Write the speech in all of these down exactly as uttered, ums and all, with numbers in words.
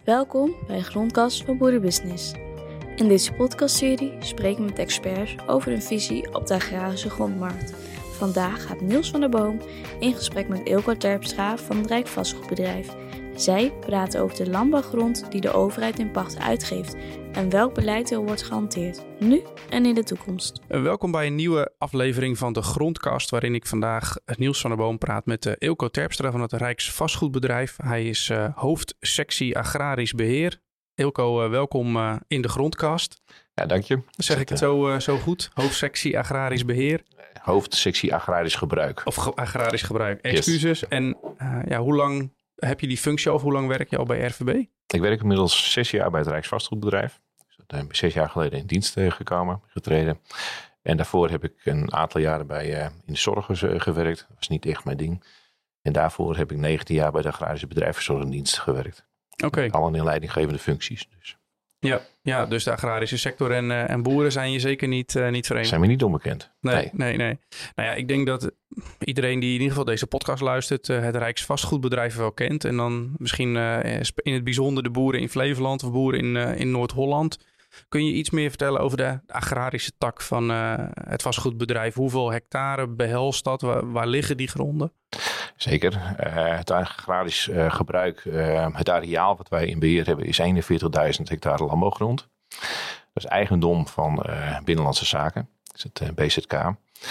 Welkom bij Grondkast van Boerenbusiness. In deze podcastserie spreken we met experts over hun visie op de agrarische grondmarkt. Vandaag gaat Niels van der Boom in gesprek met Eelco Terpstra van het Rijksvastgoedbedrijf. Zij praten over de landbouwgrond die de overheid in pacht uitgeeft en welk beleid er wordt gehanteerd, nu en in de toekomst. Welkom bij een nieuwe aflevering van de Grondkast, waarin ik vandaag Niels van der Boom praat met uh, Eelco Terpstra van het Rijksvastgoedbedrijf. Hij is uh, hoofdsectie agrarisch beheer. Eelco, uh, welkom uh, in de Grondkast. Ja, dank je. Zeg ik het zo, uh, zo goed? Hoofdsectie agrarisch beheer. Hoofdsectie agrarisch gebruik. Of ge- agrarisch gebruik, excuses. Yes. En uh, ja, hoe lang heb je die functie of hoe lang werk je al bij R V B? Ik werk inmiddels zes jaar bij het Rijksvastgoedbedrijf. Dus dat ben ik zes jaar geleden in dienst uh, gekomen, getreden. En daarvoor heb ik een aantal jaren bij, uh, in de zorg uh, gewerkt. Dat was niet echt mijn ding. En daarvoor heb ik negentien jaar bij de agrarische bedrijfsverzorgingdienst gewerkt. Oké. Okay. Allemaal in leidinggevende functies. Dus. Ja, ja, dus de agrarische sector en, uh, en boeren zijn je zeker niet, uh, niet vreemd. Zijn we niet onbekend. Nee, nee, nee, nee. Nou ja, ik denk dat iedereen die in ieder geval deze podcast luistert, uh, het Rijksvastgoedbedrijf wel kent. En dan misschien uh, in het bijzonder de boeren in Flevoland of boeren in, uh, in Noord-Holland. Kun je iets meer vertellen over de agrarische tak van uh, het vastgoedbedrijf? Hoeveel hectare behelst dat? Waar, waar liggen die gronden? Zeker. Uh, het agrarisch uh, gebruik, uh, het areaal wat wij in beheer hebben, is eenenveertigduizend hectare landbouwgrond. Dat is eigendom van uh, Binnenlandse Zaken, dat is het uh, B Z K.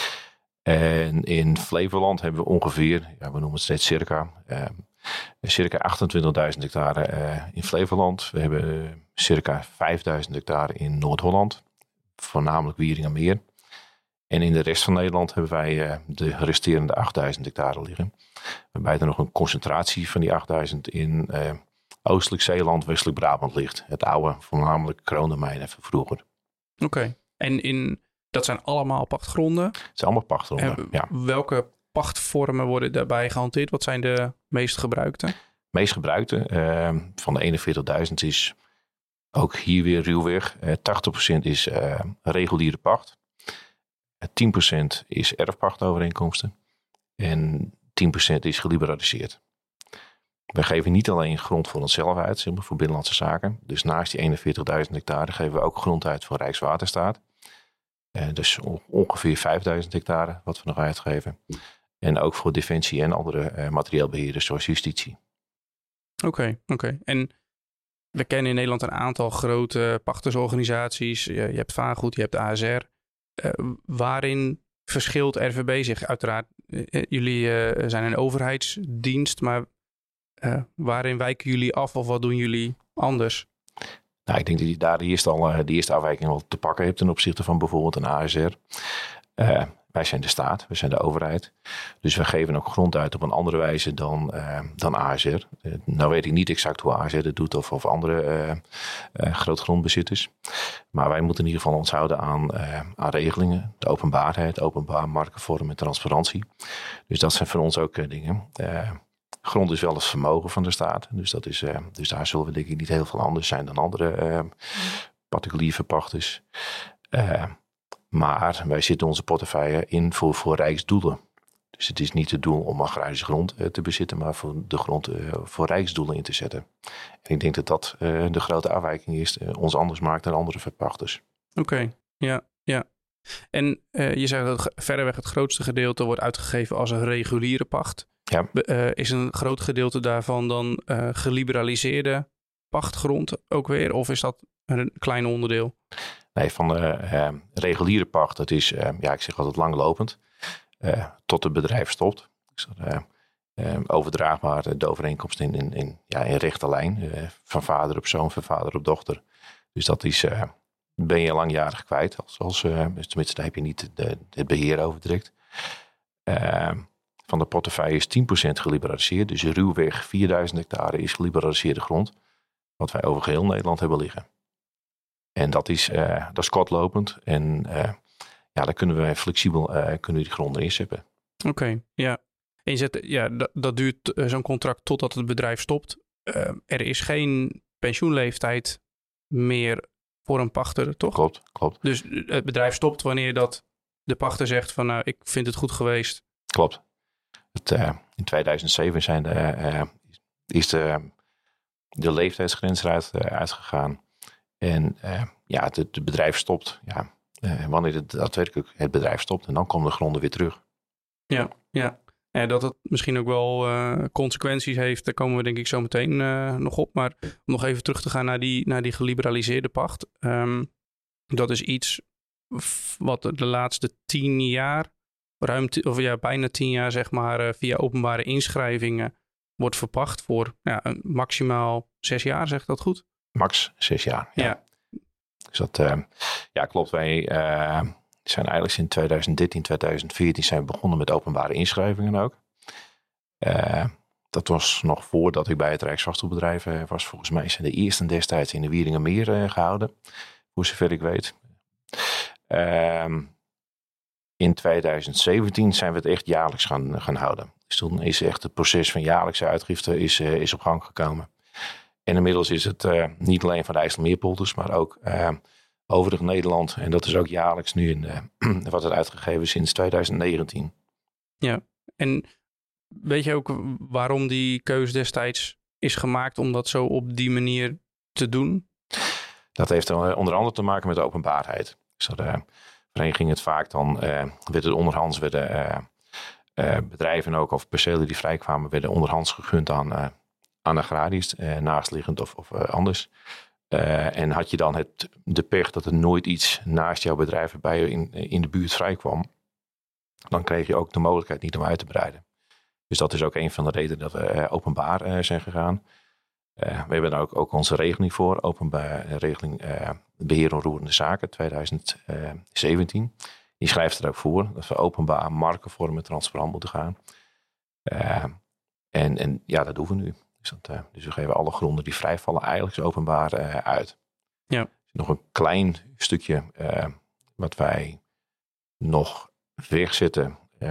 En in Flevoland hebben we ongeveer, ja, we noemen het steeds circa, uh, circa achtentwintigduizend hectare uh, in Flevoland. We hebben uh, circa vijfduizend hectare in Noord-Holland, voornamelijk Wieringermeer. En in de rest van Nederland hebben wij uh, de resterende achtduizend hectare liggen. Waarbij er nog een concentratie van die achtduizend in uh, Oostelijk Zeeland, Westelijk Brabant ligt. Het oude, voornamelijk kroondomein van vroeger. Oké, okay. En in, dat zijn allemaal pachtgronden? Het zijn allemaal pachtgronden, en ja. Welke pachtvormen worden daarbij gehanteerd? Wat zijn de meest gebruikte? meest gebruikte uh, van de eenenveertigduizend is ook hier weer ruwweg. Uh, tachtig procent is uh, reguliere pacht. tien procent is erfpachtovereenkomsten en tien procent is geliberaliseerd. We geven niet alleen grond voor onszelf uit, zeg maar, voor Binnenlandse Zaken. Dus naast die eenenveertigduizend hectare geven we ook grond uit voor Rijkswaterstaat. Uh, dus ongeveer vijfduizend hectare wat we nog uitgeven. En ook voor Defensie en andere uh, materieelbeheerders zoals justitie. Oké, okay, oké. Okay. En we kennen in Nederland een aantal grote pachtersorganisaties. Je, je hebt Vaargoed, je hebt de A S R. Uh, waarin verschilt R V B zich? Uiteraard, uh, jullie uh, zijn een overheidsdienst, maar uh, waarin wijken jullie af of wat doen jullie anders? Nou, ik denk dat je daar de eerste, al, uh, de eerste afwijking al te pakken hebt ten opzichte van bijvoorbeeld een A S R. Uh, wij zijn de staat, we zijn de overheid. Dus we geven ook grond uit op een andere wijze dan, uh, dan A S R. Uh, nou weet ik niet exact hoe A S R dat doet of, of andere uh, uh, grootgrondbezitters. Maar wij moeten in ieder geval ons houden aan, uh, aan regelingen. De openbaarheid, openbaar marktvorm en transparantie. Dus dat zijn voor ons ook uh, dingen. Uh, grond is wel het vermogen van de staat. Dus, dat is, uh, dus daar zullen we denk ik niet heel veel anders zijn dan andere uh, particulier verpachters. Uh, Maar wij zitten onze portefeuille in voor, voor rijksdoelen. Dus het is niet het doel om agrarische grond uh, te bezitten, maar voor de grond uh, voor rijksdoelen in te zetten. En ik denk dat dat uh, de grote afwijking is, uh, ons anders maakt dan andere verpachters. Oké, okay. ja, ja. En uh, je zegt dat verreweg het grootste gedeelte wordt uitgegeven als een reguliere pacht. Ja. Uh, is een groot gedeelte daarvan dan uh, geliberaliseerde pachtgrond ook weer? Of is dat een klein onderdeel? Nee, van de uh, reguliere pacht, dat is, uh, ja, ik zeg altijd langlopend, uh, tot het bedrijf stopt. Dus, uh, uh, overdraagbaar de overeenkomst in, in, in, ja, in rechte lijn, uh, van vader op zoon, van vader op dochter. Dus dat is, uh, ben je langjarig kwijt, als, als, uh, tenminste daar heb je niet de, het beheer over direct. Uh, van de portefeuille is tien procent geliberaliseerd, dus ruwweg vierduizend hectare is geliberaliseerde grond, wat wij over geheel Nederland hebben liggen. En dat is, uh, dat is kortlopend. En uh, ja, daar kunnen we flexibel uh, kunnen die gronden inzetten. Oké, okay, ja. En je zet, ja, dat, dat duurt uh, zo'n contract totdat het bedrijf stopt. Uh, er is geen pensioenleeftijd meer voor een pachter, toch? Klopt, klopt. Dus het bedrijf stopt wanneer dat de pachter zegt van, nou, ik vind het goed geweest. Klopt. Het, uh, in tweeduizend zeven zijn de, uh, is de de leeftijdsgrens eruit uh, uitgegaan. En uh, ja, het, het bedrijf stopt. Ja, uh, wanneer het daadwerkelijk het bedrijf stopt. En dan komen de gronden weer terug. Ja, ja. Ja, dat het misschien ook wel uh, consequenties heeft, daar komen we denk ik zo meteen uh, nog op. Maar om nog even terug te gaan naar die, naar die geliberaliseerde pacht. Um, dat is iets wat de laatste tien jaar, ruim t- of ja, bijna tien jaar zeg maar, uh, via openbare inschrijvingen wordt verpacht voor ja, maximaal zes jaar, zeg ik dat goed? Max zes jaar, ja. ja. Dus dat, uh, ja klopt. Wij uh, zijn eigenlijk sinds twintig dertien, twintig veertien zijn we begonnen met openbare inschrijvingen ook. Uh, dat was nog voordat ik bij het Rijksvastgoedbedrijf uh, was. Volgens mij zijn de eerste destijds in de Wieringermeer uh, gehouden. Voor zover ik weet. Uh, in twintig zeventien zijn we het echt jaarlijks gaan, gaan houden. Dus toen is echt het proces van jaarlijkse uitgifte is, uh, is op gang gekomen. En inmiddels is het uh, niet alleen van de IJsselmeerpolders, maar ook uh, overig Nederland. En dat is ook jaarlijks nu in uh, wat er uitgegeven sinds twintig negentien. Ja, en weet je ook waarom die keuze destijds is gemaakt om dat zo op die manier te doen? Dat heeft onder andere te maken met de openbaarheid. Dus dat, uh, voorheen ging het vaak dan, uh, werden onderhands werden, uh, uh, bedrijven ook of percelen die vrijkwamen, werden onderhands gegund aan, uh, aan agrariërs, uh, naastliggend of, of uh, anders. Uh, en had je dan het, de pech dat er nooit iets naast jouw bedrijf bij je in, in de buurt vrijkwam, dan kreeg je ook de mogelijkheid niet om uit te breiden. Dus dat is ook een van de redenen dat we uh, openbaar uh, zijn gegaan. Uh, we hebben daar ook, ook onze regeling voor, openbaar regeling uh, beheer onroerende zaken twintig zeventien. Die schrijft er ook voor dat we openbaar markenvormen transparant moeten gaan. Uh, en, en ja, dat doen we nu. Dus, dat, uh, dus we geven alle gronden die vrijvallen eigenlijk openbaar uh, uit. Ja. Nog een klein stukje uh, wat wij nog wegzetten uh,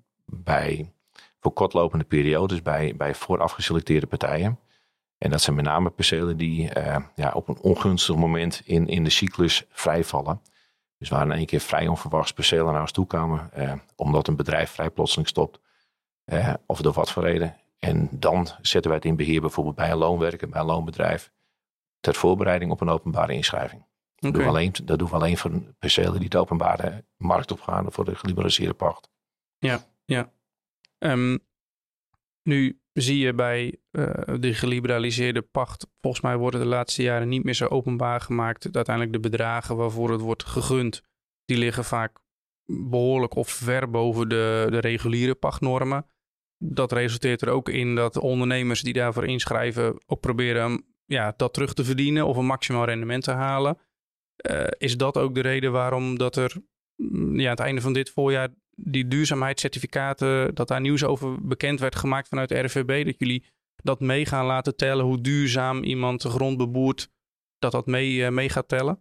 bij voor kortlopende periodes bij, bij vooraf geselecteerde partijen. En dat zijn met name percelen die uh, ja, op een ongunstig moment in, in de cyclus vrijvallen. Dus waar in één keer vrij onverwachts percelen naar ons toe komen. Uh, omdat een bedrijf vrij plotseling stopt. Uh, of door wat voor reden. En dan zetten wij het in beheer bijvoorbeeld bij een loonwerker, bij een loonbedrijf. Ter voorbereiding op een openbare inschrijving. Okay. Dat, doen we alleen, dat doen we alleen voor percelen die de openbare markt opgaan. Voor de geliberaliseerde pacht. Ja, ja. Um, nu zie je bij uh, de geliberaliseerde pacht, volgens mij worden de laatste jaren niet meer zo openbaar gemaakt. Uiteindelijk de bedragen waarvoor het wordt gegund, die liggen vaak behoorlijk of ver boven de, de reguliere pachtnormen. Dat resulteert er ook in dat ondernemers die daarvoor inschrijven ook proberen ja, dat terug te verdienen of een maximaal rendement te halen. Uh, is dat ook de reden waarom dat er ja, aan het einde van dit voorjaar die duurzaamheidscertificaten, dat daar nieuws over bekend werd gemaakt vanuit de R V B, dat jullie dat mee gaan laten tellen, hoe duurzaam iemand de grond beboert, dat dat mee, uh, mee gaat tellen?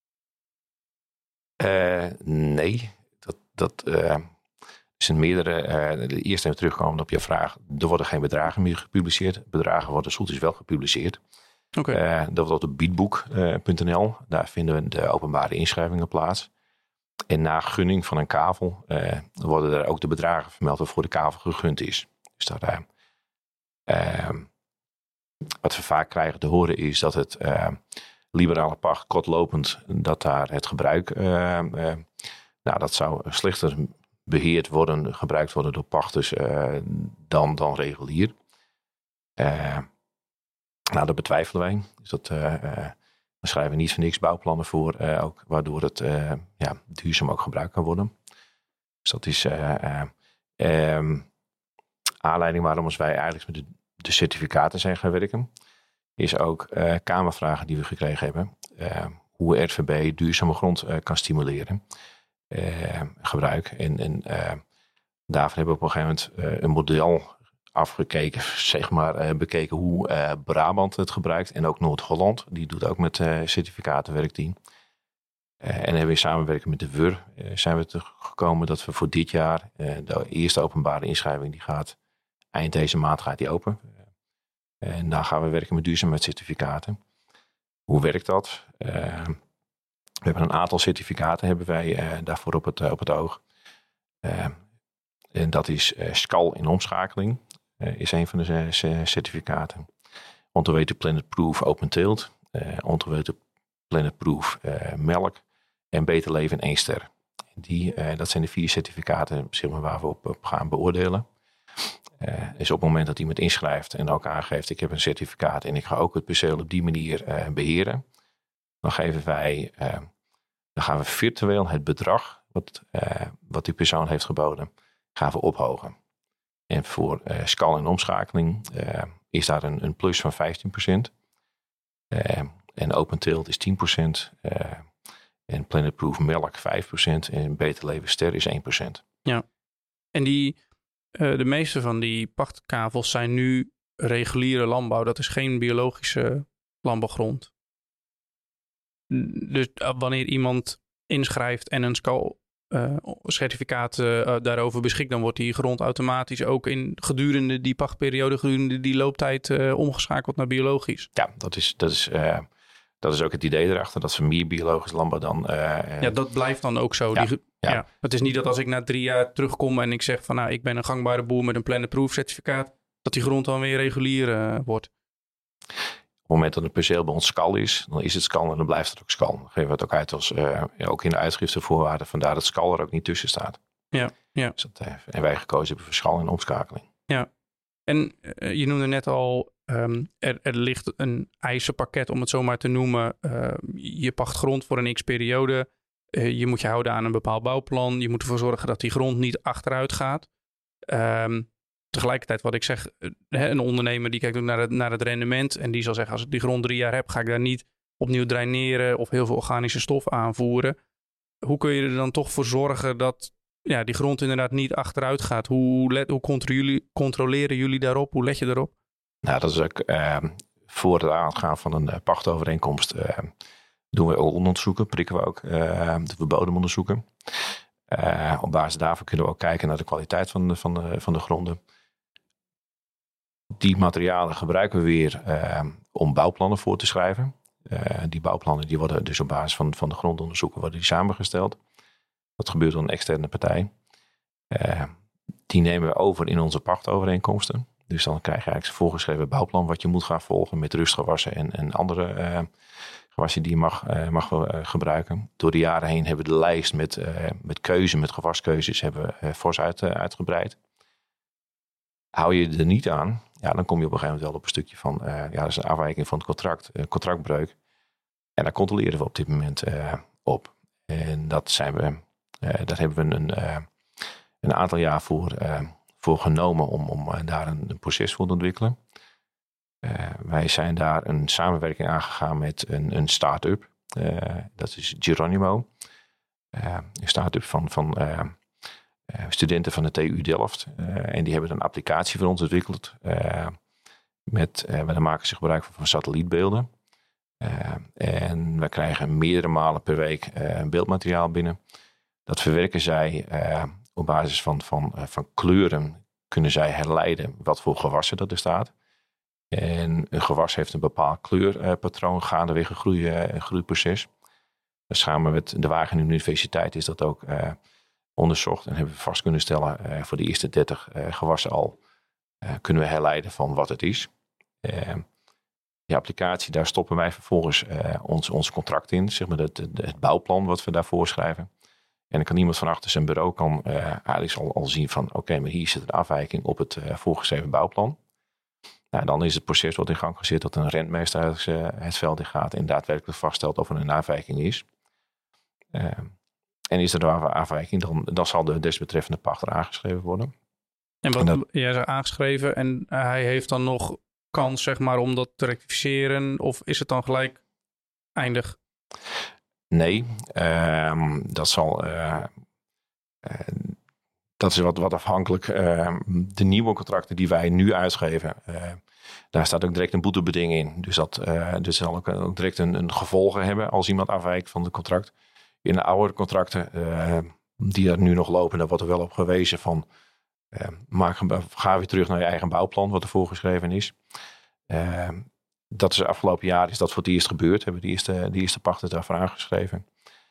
Uh, nee, dat, dat uh, zijn meerdere. Uh, de eerste even terugkomen op je vraag. Er worden geen bedragen meer gepubliceerd. Bedragen worden zoetjes wel gepubliceerd. Okay. Uh, dat wordt op biedboek punt n l. Daar vinden we de openbare inschrijvingen plaats. En na gunning van een kavel uh, worden er ook de bedragen vermeld waarvoor de kavel gegund is. Dus dat, uh, uh, wat we vaak krijgen te horen is dat het uh, liberale pacht kortlopend, dat daar het gebruik, uh, uh, nou dat zou slechter beheerd worden, gebruikt worden door pachters uh, dan, dan regulier. Uh, nou, dat betwijfelen wij. Dus dat... Uh, uh, We schrijven niet voor niks bouwplannen voor, uh, ook, waardoor het uh, ja, duurzaam ook gebruikt kan worden. Dus dat is uh, uh, um, aanleiding waarom wij eigenlijk met de, de certificaten zijn gaan werken. Is ook uh, kamervragen die we gekregen hebben. Uh, hoe R V B duurzame grond uh, kan stimuleren. Uh, gebruik. En, en uh, daarvoor hebben we op een gegeven moment uh, een model afgekeken, zeg maar, uh, bekeken hoe uh, Brabant het gebruikt. En ook Noord-Holland. Die doet ook met uh, certificaten werkt die. Uh, en hebben we in samenwerking met de W U R uh, zijn we te gekomen dat we voor dit jaar uh, de eerste openbare inschrijving die gaat eind deze maand gaat die open. Uh, en dan gaan we werken met duurzaamheidscertificaten. Hoe werkt dat? Uh, we hebben een aantal certificaten hebben wij uh, daarvoor op het, uh, op het oog. Uh, en dat is uh, S C A L in omschakeling. Uh, is een van de uh, certificaten. On the way to Planet Proof Open Teelt. Uh, on the way to Planet Proof uh, melk. En Beter Leven in één ster. Die, uh, dat zijn de vier certificaten zeg maar, waar we op, op gaan beoordelen. Uh, dus op het moment dat iemand inschrijft en ook aangeeft, ik heb een certificaat en ik ga ook het perceel op die manier uh, beheren. Dan geven wij, uh, dan gaan we virtueel het bedrag wat, uh, wat die persoon heeft geboden, gaan we ophogen. En voor uh, skal en omschakeling uh, is daar een, een plus van vijftien procent. Uh, en Open Teelt is tien procent. Uh, en Planet Proof melk vijf procent. En Beter Leven ster is één procent. Ja, en die, uh, de meeste van die pachtkavels zijn nu reguliere landbouw. Dat is geen biologische landbouwgrond. Dus uh, wanneer iemand inschrijft en een skal uh, certificaat uh, daarover beschikt, dan wordt die grond automatisch ook in gedurende die pachtperiode, gedurende die looptijd uh, omgeschakeld naar biologisch. Ja, dat is, dat is, uh, dat is ook het idee erachter, dat we meer biologisch landbouw dan... Uh, ja, dat blijft dan ook zo. Ja, die, ja. Ja. Het is niet dat als ik na drie jaar terugkom en ik zeg van nou, ik ben een gangbare boer met een Planet Proof certificaat, dat die grond dan weer regulier uh, wordt. Op het moment dat een perceel bij ons skal is, dan is het skal en dan blijft het ook skal. Dan geven we het ook uit als, uh, ook in de uitgiftevoorwaarden, vandaar dat skal er ook niet tussen staat. Ja, ja. Dus dat, uh, en wij gekozen hebben voor skal en omschakeling. Ja, en uh, je noemde net al, um, er, er ligt een eisenpakket, om het zo maar te noemen. Uh, je pacht grond voor een x-periode. Uh, je moet je houden aan een bepaald bouwplan. Je moet ervoor zorgen dat die grond niet achteruit gaat. Um, Tegelijkertijd wat ik zeg, een ondernemer die kijkt ook naar het, naar het rendement. En die zal zeggen, als ik die grond drie jaar heb, ga ik daar niet opnieuw draineren of heel veel organische stof aanvoeren. Hoe kun je er dan toch voor zorgen dat ja, die grond inderdaad niet achteruit gaat? Hoe, let, hoe controleren, jullie, controleren jullie daarop? Hoe let je daarop? Nou, dat is ook uh, voor het aangaan van een uh, pachtovereenkomst uh, doen we onderzoeken, prikken we ook, uh, doen we bodemonderzoeken. Uh, op basis daarvan kunnen we ook kijken naar de kwaliteit van de, van de, van de gronden. Die materialen gebruiken we weer uh, om bouwplannen voor te schrijven. Uh, die bouwplannen die worden dus op basis van, van de grondonderzoeken worden die samengesteld. Dat gebeurt door een externe partij. Uh, die nemen we over in onze pachtovereenkomsten. Dus dan krijg je eigenlijk een voorgeschreven bouwplan wat je moet gaan volgen met rustgewassen en, en andere uh, gewassen die je mag, uh, mag uh, gebruiken. Door de jaren heen hebben we de lijst met, uh, met keuze, met gewaskeuzes, hebben we uh, fors uit, uh, uitgebreid. Hou je er niet aan, ja, dan kom je op een gegeven moment wel op een stukje van, uh, ja, dat is een afwijking van het contract, uh, contractbreuk. En daar controleren we op dit moment uh, op. En dat zijn we, uh, daar hebben we een, uh, een aantal jaar voor, uh, voor genomen om, om uh, daar een, een proces voor te ontwikkelen. Uh, wij zijn daar een samenwerking aangegaan met een, een start-up. Uh, dat is Geronimo. Uh, een start-up van... van uh, Uh, studenten van de T U Delft. Uh, en die hebben een applicatie voor ons ontwikkeld. Uh, met, uh, daar maken ze gebruik van, van satellietbeelden. Uh, en we krijgen meerdere malen per week uh, beeldmateriaal binnen. Dat verwerken zij uh, op basis van, van, uh, van kleuren. Kunnen zij herleiden wat voor gewassen dat er staat. En een gewas heeft een bepaald kleurpatroon gaandeweg een, groei, uh, een groeiproces. Dus samen met de Wageningen Universiteit is dat ook... Uh, onderzocht en hebben we vast kunnen stellen uh, voor de eerste dertig uh, gewassen al uh, kunnen we herleiden van wat het is. Uh, die applicatie, daar stoppen wij vervolgens uh, ons, ons contract in, zeg maar het, het, het bouwplan wat we daarvoor schrijven. En dan kan iemand van achter zijn bureau kan uh, eigenlijk al, al zien van oké, okay, maar hier zit een afwijking op het uh, voorgeschreven bouwplan. Nou, dan is het proces wat in gang gezet dat een rentmeester uit uh, het veld in gaat en daadwerkelijk vaststelt of er een afwijking is. Uh, En is er een afwijking, dan, dan zal de desbetreffende pachter aangeschreven worden. En wat en dat, jij zegt aangeschreven en hij heeft dan nog kans zeg maar om dat te rectificeren? Of is het dan gelijk eindig? Nee, uh, dat zal... Uh, uh, dat is wat, wat afhankelijk. Uh, de nieuwe contracten die wij nu uitgeven, uh, daar staat ook direct een boetebeding in. Dus dat uh, dus zal ook, ook direct een, een gevolgen hebben als iemand afwijkt van het contract. In de oude contracten uh, die er nu nog lopen, daar wordt er wel op gewezen van uh, maak, ga weer terug naar je eigen bouwplan wat er voorgeschreven is. Uh, dat is de afgelopen jaar is dat voor het eerst gebeurd. Hebben die eerste, die eerste pachters daarvoor aangeschreven.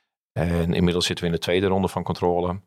En inmiddels zitten we in de tweede ronde van controle.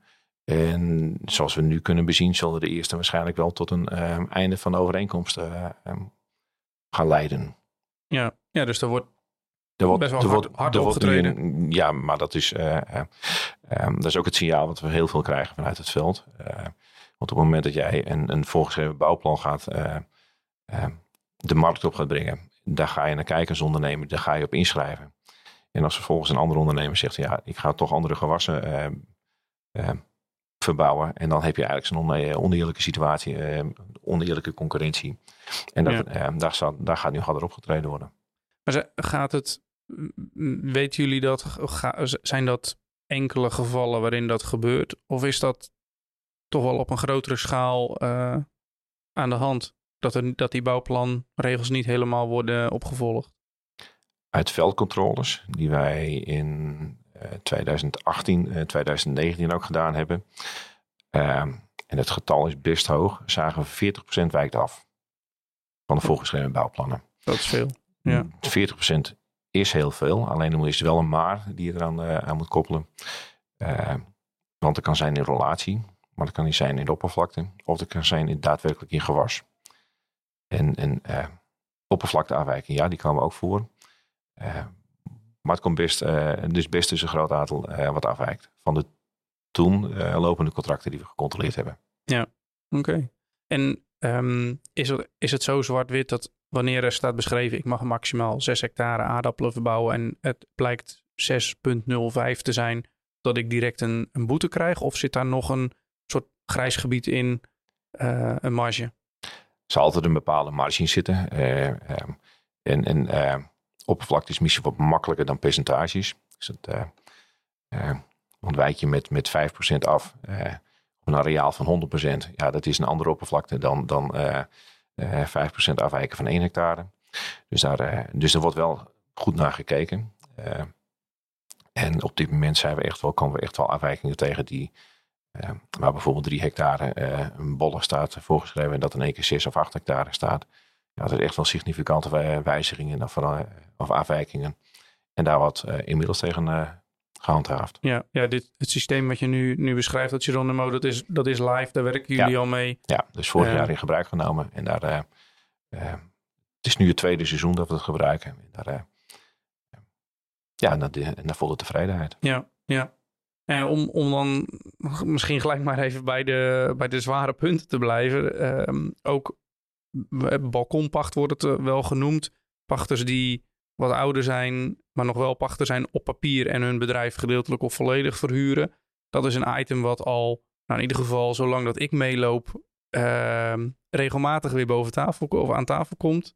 En zoals we nu kunnen bezien, zullen de eerste waarschijnlijk wel tot een uh, einde van de overeenkomst uh, um, gaan leiden. Ja, ja dus er wordt Er wordt, best wel er hard, wordt, hard er wordt nu opgetreden. een- ja, maar dat is, uh, uh, um, dat is ook het signaal wat we heel veel krijgen vanuit het veld. Uh, want op het moment dat jij een, een voorgeschreven bouwplan gaat uh, uh, de markt op gaat brengen, daar ga je naar kijken als ondernemer, daar ga je op inschrijven. En als vervolgens een andere ondernemer zegt, ja, ik ga toch andere gewassen uh, uh, verbouwen. En dan heb je eigenlijk zo'n on- oneerlijke situatie, uh, oneerlijke concurrentie. En dat, ja. uh, daar, staat, daar gaat nu harder opgetreden worden. Maar gaat het, weten jullie dat, ga, zijn dat enkele gevallen waarin dat gebeurt? Of is dat toch wel op een grotere schaal uh, aan de hand? Dat, er, dat die bouwplanregels niet helemaal worden opgevolgd? Uit veldcontroles die wij in uh, twintig achttien, uh, twintig negentien ook gedaan hebben. Uh, en het getal is best hoog. Zagen we veertig procent wijkt af van de voorgeschreven bouwplannen. Dat is veel. Ja. veertig procent is heel veel. Alleen dan is er wel een maar die je eraan uh, aan moet koppelen. Uh, want het kan zijn in relatie. Maar het kan niet zijn in de oppervlakte. Of het kan zijn in daadwerkelijk in gewas. En, en uh, oppervlakteafwijking, ja, die komen ook voor. Uh, maar het komt best, uh, dus best dus een groot aantal uh, wat afwijkt. Van de toen uh, lopende contracten die we gecontroleerd hebben. Ja, oké. Okay. En um, is, het, is het zo zwart-wit dat wanneer er staat beschreven, ik mag maximaal zes hectare aardappelen verbouwen en het blijkt zes komma nul vijf te zijn, dat ik direct een, een boete krijg? Of zit daar nog een soort grijs gebied in, uh, een marge? Er zal altijd een bepaalde marge in zitten. Uh, um, en en uh, oppervlakte is misschien wat makkelijker dan percentages. Dus het, uh, uh, ontwijk je met, met vijf procent af uh, op een areaal van honderd procent. Ja, dat is een andere oppervlakte dan, dan uh, uh, vijf procent afwijken van één hectare. Dus daar, uh, dus er wordt wel goed naar gekeken. Uh, en op dit moment zijn we echt wel, komen we echt wel afwijkingen tegen die, uh, waar bijvoorbeeld drie hectare uh, een bolle staat voorgeschreven en dat in één keer zes of acht hectare staat. Ja, dat is echt wel significante wijzigingen of, uh, of afwijkingen. En daar wordt uh, inmiddels tegen uh, gehandhaafd. Ja, ja dit, het systeem wat je nu, nu beschrijft, dat Geronimo, dat is, dat is live, daar werken jullie ja. al mee. Ja, dus vorig uh, jaar in gebruik genomen. En daar, uh, uh, het is nu het tweede seizoen dat we het gebruiken. En daar, uh, ja, naar, de, naar volle tevredenheid. Ja, ja. En om, om dan misschien gelijk maar even bij de, bij de zware punten te blijven. Uh, ook balkonpacht wordt het wel genoemd. Pachters die wat ouder zijn, maar nog wel pachter zijn op papier en hun bedrijf gedeeltelijk of volledig verhuren. Dat is een item wat al, nou in ieder geval zolang dat ik meeloop, uh, regelmatig weer boven tafel of aan tafel komt.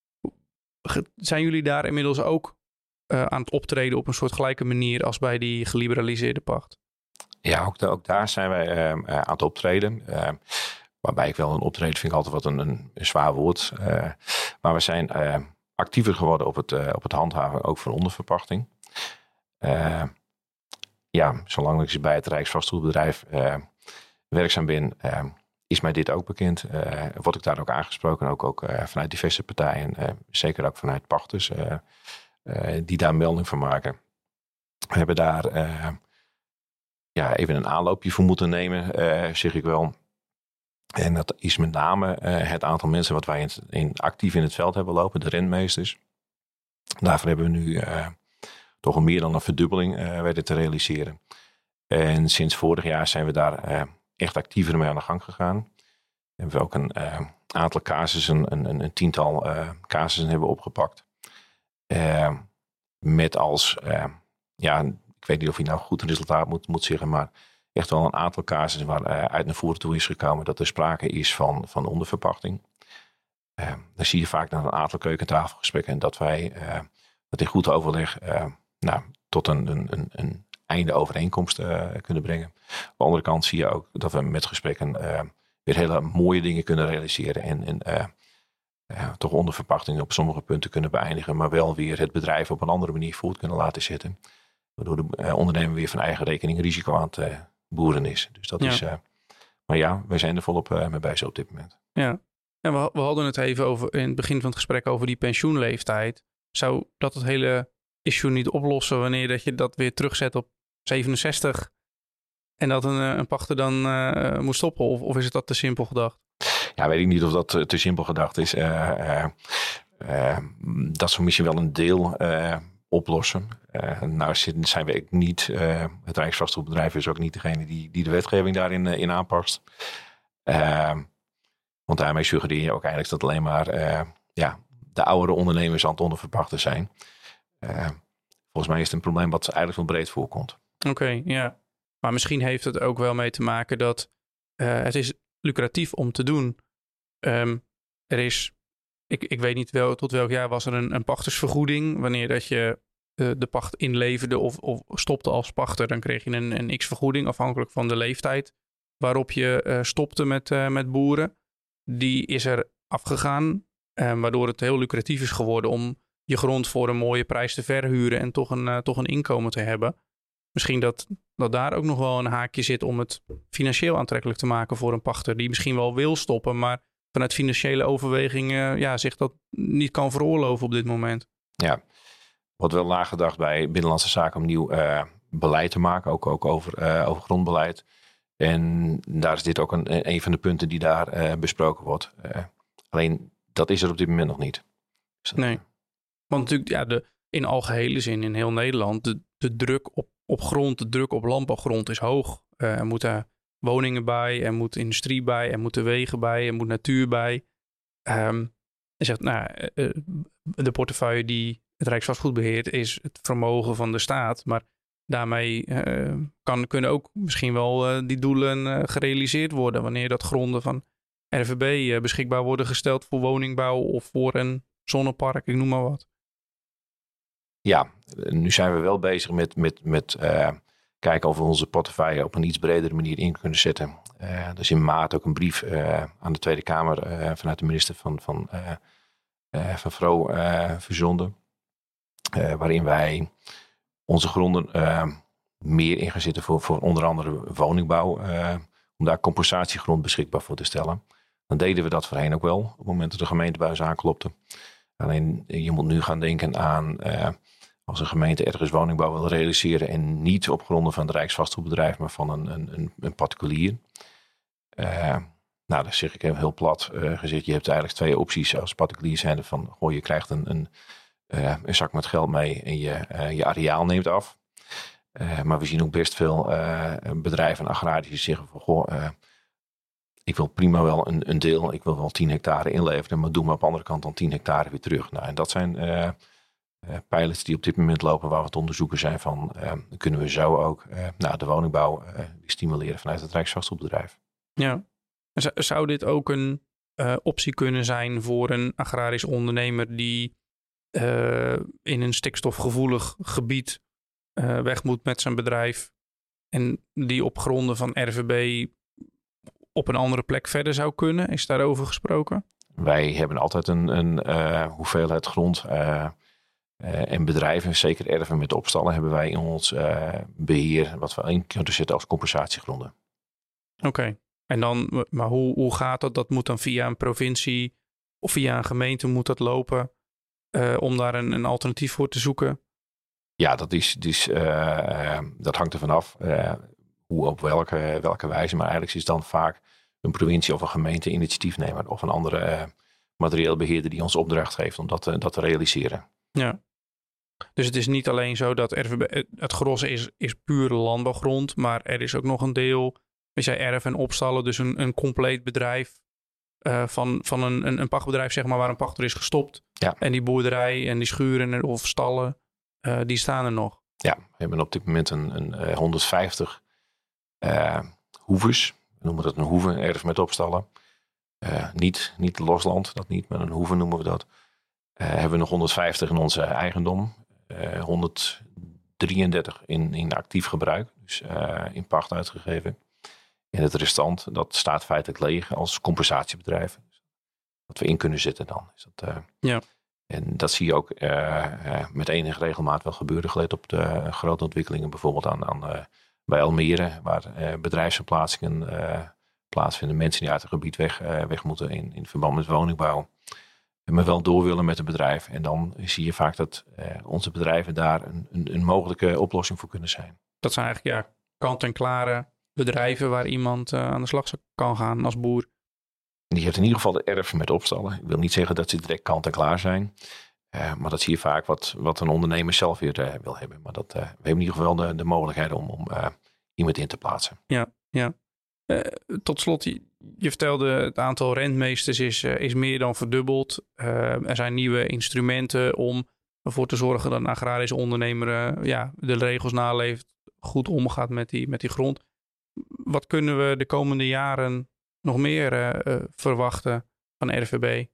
Zijn jullie daar inmiddels ook uh, aan het optreden op een soort gelijke manier als bij die geliberaliseerde pacht? Ja, ook, de, ook daar zijn wij uh, aan het optreden. Uh, waarbij ik wel een optreden vind ik altijd wat een, een, een zwaar woord. Uh, maar we zijn uh, actiever geworden op het, uh, op het handhaven, ook van onderverpachting. Uh, ja, zolang ik bij het Rijksvastgoedbedrijf uh, werkzaam ben, uh, is mij dit ook bekend. Uh, word ik daar ook aangesproken, ook, ook uh, vanuit diverse partijen. Uh, zeker ook vanuit pachters uh, uh, die daar melding van maken. We hebben daar uh, ja, even een aanloopje voor moeten nemen, uh, zeg ik wel. En dat is met name uh, het aantal mensen wat wij in, in, actief in het veld hebben lopen, de rentmeesters. Daarvoor hebben we nu uh, toch al meer dan een verdubbeling uh, weten te realiseren. En sinds vorig jaar zijn we daar uh, echt actiever mee aan de gang gegaan. We hebben ook een uh, aantal casussen, een, een, een tiental uh, casussen hebben opgepakt. Uh, met als, uh, ja, ik weet niet of je nou goed een resultaat moet, moet zeggen, maar echt wel een aantal casussen waar uh, uit naar voren toe is gekomen dat er sprake is van, van onderverpachting. Uh, dan zie je vaak naar een aantal keukentafelgesprekken en dat wij uh, dat in goed overleg uh, nou, tot een, een, een, een einde overeenkomst uh, kunnen brengen. Aan de andere kant zie je ook dat we met gesprekken uh, weer hele mooie dingen kunnen realiseren en, en uh, uh, toch onderverpachting op sommige punten kunnen beëindigen, maar wel weer het bedrijf op een andere manier voort kunnen laten zetten. Waardoor de uh, ondernemer weer van eigen rekening risico aan het uh, boeren is. Dus dat ja. is. Uh, maar ja, wij zijn er volop uh, mee bezig op dit moment. Ja, en we, we hadden het even over in het begin van het gesprek over die pensioenleeftijd. Zou dat het hele issue niet oplossen wanneer dat je dat weer terugzet op zevenenzestig en dat een, een pachter dan uh, moet stoppen? Of, of is het dat te simpel gedacht? Ja, weet ik niet of dat uh, te simpel gedacht is. Uh, uh, Uh, dat zou misschien wel een deel uh, oplossen. Uh, nou zijn we niet, uh, het Rijksvastgoedbedrijf is ook niet degene die, die de wetgeving daarin uh, in aanpast. Uh, want daarmee suggereer je ook eigenlijk dat alleen maar uh, ja, de oudere ondernemers aan het onderverpachten zijn. Uh, volgens mij is het een probleem wat eigenlijk wel breed voorkomt. Oké, okay, ja. Maar misschien heeft het ook wel mee te maken dat uh, het is lucratief om te doen. Um, er is, ik, ik weet niet wel, tot welk jaar was er een, een pachtersvergoeding. Wanneer dat je uh, de pacht inleverde of, of stopte als pachter, dan kreeg je een, een x-vergoeding afhankelijk van de leeftijd waarop je uh, stopte met, uh, met boeren. Die is er afgegaan, uh, waardoor het heel lucratief is geworden om je grond voor een mooie prijs te verhuren en toch een, uh, toch een inkomen te hebben. Misschien dat, dat daar ook nog wel een haakje zit om het financieel aantrekkelijk te maken voor een pachter die misschien wel wil stoppen, maar vanuit financiële overwegingen ja, zich dat niet kan veroorloven op dit moment. Ja, wordt wel nagedacht bij Binnenlandse Zaken om nieuw uh, beleid te maken, ook, ook over, uh, over grondbeleid. En daar is dit ook een, een van de punten die daar uh, besproken wordt. Uh, alleen dat is er op dit moment nog niet. Dus dat, nee, want natuurlijk ja, de, in algehele zin in heel Nederland, de, de druk op, op grond, de druk op landbouwgrond is hoog. Uh, er moeten woningen bij, er moet industrie bij, er moeten wegen bij, er moet natuur bij. Um, je zegt, nou, uh, de portefeuille die het Rijksvastgoed beheert is het vermogen van de staat, maar daarmee uh, kan, kunnen ook misschien wel uh, die doelen uh, gerealiseerd worden wanneer dat gronden van R V B uh, beschikbaar worden gesteld voor woningbouw of voor een zonnepark, ik noem maar wat. Ja, nu zijn we wel bezig met, met, met uh, kijken of we onze portefeuille op een iets bredere manier in kunnen zetten. Uh, dus in maart ook een brief uh, aan de Tweede Kamer uh, vanuit de minister van, van, uh, uh, van Vrouw uh, verzonden. Uh, waarin wij onze gronden uh, meer in gaan zetten voor, voor onder andere woningbouw. Uh, om daar compensatiegrond beschikbaar voor te stellen. Dan deden we dat voorheen ook wel op het moment dat de gemeentebuis aanklopte. Alleen je moet nu gaan denken aan uh, als een gemeente ergens woningbouw wil realiseren en niet op gronden van het Rijksvastgoedbedrijf, maar van een, een, een particulier. Uh, nou, dat zeg ik even heel plat uh, gezegd. Je hebt eigenlijk twee opties als particulier zijnde van, goh, je krijgt een, een, uh, een zak met geld mee en je, uh, je areaal neemt af. Uh, maar we zien ook best veel uh, bedrijven en agrariërs die zeggen van, goh, uh, ik wil prima wel een, een deel, ik wil wel tien hectare inleveren, maar doe maar op de andere kant dan tien hectare weer terug. Nou, en dat zijn uh, uh, pilots die op dit moment lopen waar we het onderzoeken zijn van, uh, kunnen we zo ook uh, nou, de woningbouw uh, stimuleren vanuit het Rijksvastgoedbedrijf. Ja, zou dit ook een uh, optie kunnen zijn voor een agrarisch ondernemer die uh, in een stikstofgevoelig gebied uh, weg moet met zijn bedrijf en die op gronden van R V B op een andere plek verder zou kunnen? Is daarover gesproken? Wij hebben altijd een, een uh, hoeveelheid grond uh, uh, en bedrijven, zeker erven met opstallen, hebben wij in ons uh, beheer wat we in kunnen zetten als compensatiegronden. Oké, okay. En dan, maar hoe, hoe gaat dat? Dat moet dan via een provincie of via een gemeente moet dat lopen uh, om daar een, een alternatief voor te zoeken? Ja, dat, is, dus, uh, uh, dat hangt er vanaf. Uh, hoe op welke, welke wijze. Maar eigenlijk is dan vaak een provincie of een gemeente initiatiefnemer of een andere uh, materieel beheerder die ons opdracht geeft om dat, uh, dat te realiseren. Ja, dus het is niet alleen zo dat R V B, het gros is, is puur landbouwgrond, maar er is ook nog een deel, we zei erf en opstallen, dus een, een compleet bedrijf uh, van, van een, een, een pachtbedrijf zeg maar waar een pachter is gestopt. Ja. En die boerderij en die schuren of stallen, uh, die staan er nog. Ja, we hebben op dit moment een, een uh, honderdvijftig Uh, hoeves, we noemen dat een hoeve, erf met opstallen. Uh, niet, niet losland, dat niet, maar een hoeve noemen we dat. Uh, hebben we nog honderdvijftig in onze eigendom. Uh, honderddrieëndertig in, in actief gebruik, dus uh, in pacht uitgegeven. En het restant, dat staat feitelijk leeg als compensatiebedrijf. Wat we in kunnen zetten dan. Is dat, uh, ja. En dat zie je ook uh, uh, met enige regelmaat wel gebeuren, gelet op de grote ontwikkelingen bijvoorbeeld aan... aan uh, bij Almere, waar uh, bedrijfsverplaatsingen uh, plaatsvinden. Mensen die uit het gebied weg, uh, weg moeten in, in verband met woningbouw. Maar wel door willen met het bedrijf. En dan zie je vaak dat uh, onze bedrijven daar een, een, een mogelijke oplossing voor kunnen zijn. Dat zijn eigenlijk ja, kant-en-klare bedrijven waar iemand uh, aan de slag kan gaan als boer. die heeft in ieder geval de erf met opstallen. Ik wil niet zeggen dat ze direct kant en klaar zijn. Uh, maar dat zie je vaak wat, wat een ondernemer zelf weer uh, wil hebben. Maar dat, uh, we hebben in ieder geval de, de mogelijkheid om, om uh, iemand in te plaatsen. Ja, ja. Uh, tot slot, je, je vertelde het aantal rentmeesters is, uh, is meer dan verdubbeld. Uh, er zijn nieuwe instrumenten om ervoor te zorgen dat een agrarische ondernemer uh, ja, de regels naleeft, goed omgaat met die, met die grond. Wat kunnen we de komende jaren nog meer uh, uh, verwachten van R V B?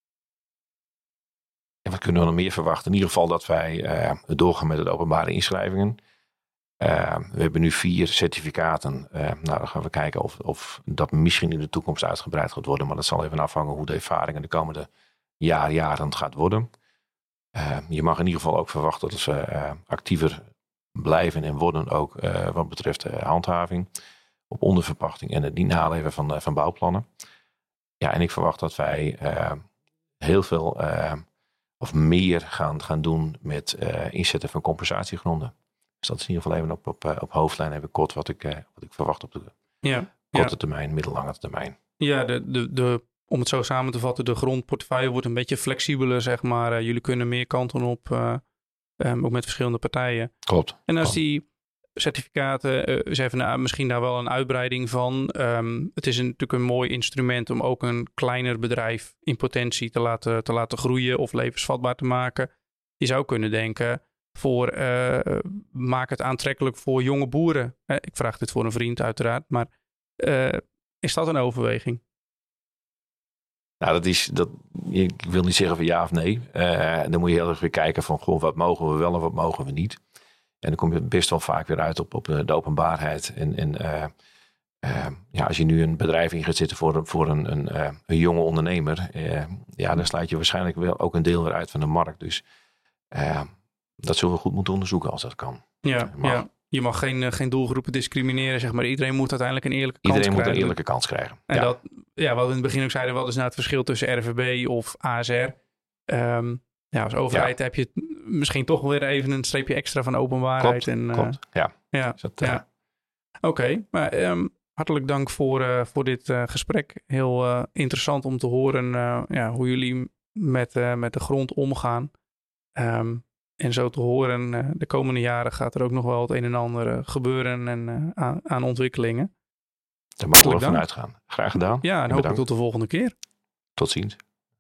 En wat kunnen we nog meer verwachten? In ieder geval dat wij uh, doorgaan met de openbare inschrijvingen. Uh, we hebben nu vier certificaten. Uh, nou, dan gaan we kijken of, of dat misschien in de toekomst uitgebreid gaat worden. Maar dat zal even afhangen hoe de ervaringen de komende jaar, jaren gaat worden. Uh, je mag in ieder geval ook verwachten dat ze uh, actiever blijven en worden. Ook uh, wat betreft de handhaving op onderverpachting en het niet naleven van, uh, van bouwplannen. Ja, en ik verwacht dat wij uh, heel veel uh, of meer gaan, gaan doen met uh, inzetten van compensatiegronden. Dus dat is in ieder geval even op, op, op hoofdlijn even kort wat ik, uh, wat ik verwacht op de ja, korte ja. termijn, middellange termijn. Ja, de, de, de, om het zo samen te vatten, de grondportefeuille wordt een beetje flexibeler, zeg maar. Uh, jullie kunnen meer kanten op, uh, um, ook met verschillende partijen. Klopt. En als Klopt. die certificaten, uh, is even nou, misschien daar wel een uitbreiding van. Um, het is een, natuurlijk een mooi instrument om ook een kleiner bedrijf in potentie te laten, te laten groeien of levensvatbaar te maken. Je zou kunnen denken, voor, uh, maak het aantrekkelijk voor jonge boeren. Uh, ik vraag dit voor een vriend uiteraard, maar uh, is dat een overweging? Nou, dat is, dat, ik wil niet zeggen van ja of nee. Uh, dan moet je heel erg weer kijken van, goh, wat mogen we wel en wat mogen we niet. En dan kom je best wel vaak weer uit op, op de openbaarheid. En, en uh, uh, ja, als je nu een bedrijf in gaat zitten voor, voor een, een, uh, een jonge ondernemer, uh, ja, dan sluit je waarschijnlijk wel ook een deel weer uit van de markt. Dus uh, dat zullen we goed moeten onderzoeken als dat kan. Ja, ja. Je mag geen, uh, geen doelgroepen discrimineren, zeg maar. Iedereen moet uiteindelijk een eerlijke kans Iedereen krijgen. moet een eerlijke kans krijgen. En ja. dat, ja, wat we in het begin ook zeiden, wat is nou het verschil tussen R V B of A S R? Um, ja, als overheid ja. heb je misschien toch weer even een streepje extra van openbaarheid. Klopt, en, uh, klopt. Ja. Ja, dus dat, uh, ja. Oké, okay, maar um, hartelijk dank voor, uh, voor dit uh, gesprek. Heel uh, interessant om te horen uh, ja, hoe jullie met, uh, met de grond omgaan. Um, en zo te horen, uh, de komende jaren gaat er ook nog wel het een en ander uh, gebeuren en, uh, aan, aan ontwikkelingen. Daar mag we van uitgaan. Graag gedaan. Ja, en hopelijk tot de volgende keer. Tot ziens.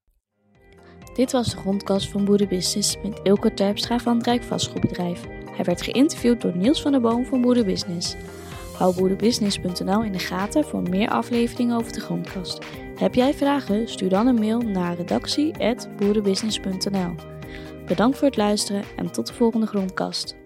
Dit was de Grondkast van Boerenbusiness met Eelco Terpstra van het Rijksvastgoedbedrijf. Hij werd geïnterviewd door Niels van der Boom van Boerenbusiness. Hou boerenbusiness punt n l in de gaten voor meer afleveringen over de Grondkast. Heb jij vragen? Stuur dan een mail naar redactie apenstaartje boerenbusiness punt n l. Bedankt voor het luisteren en tot de volgende Grondkast.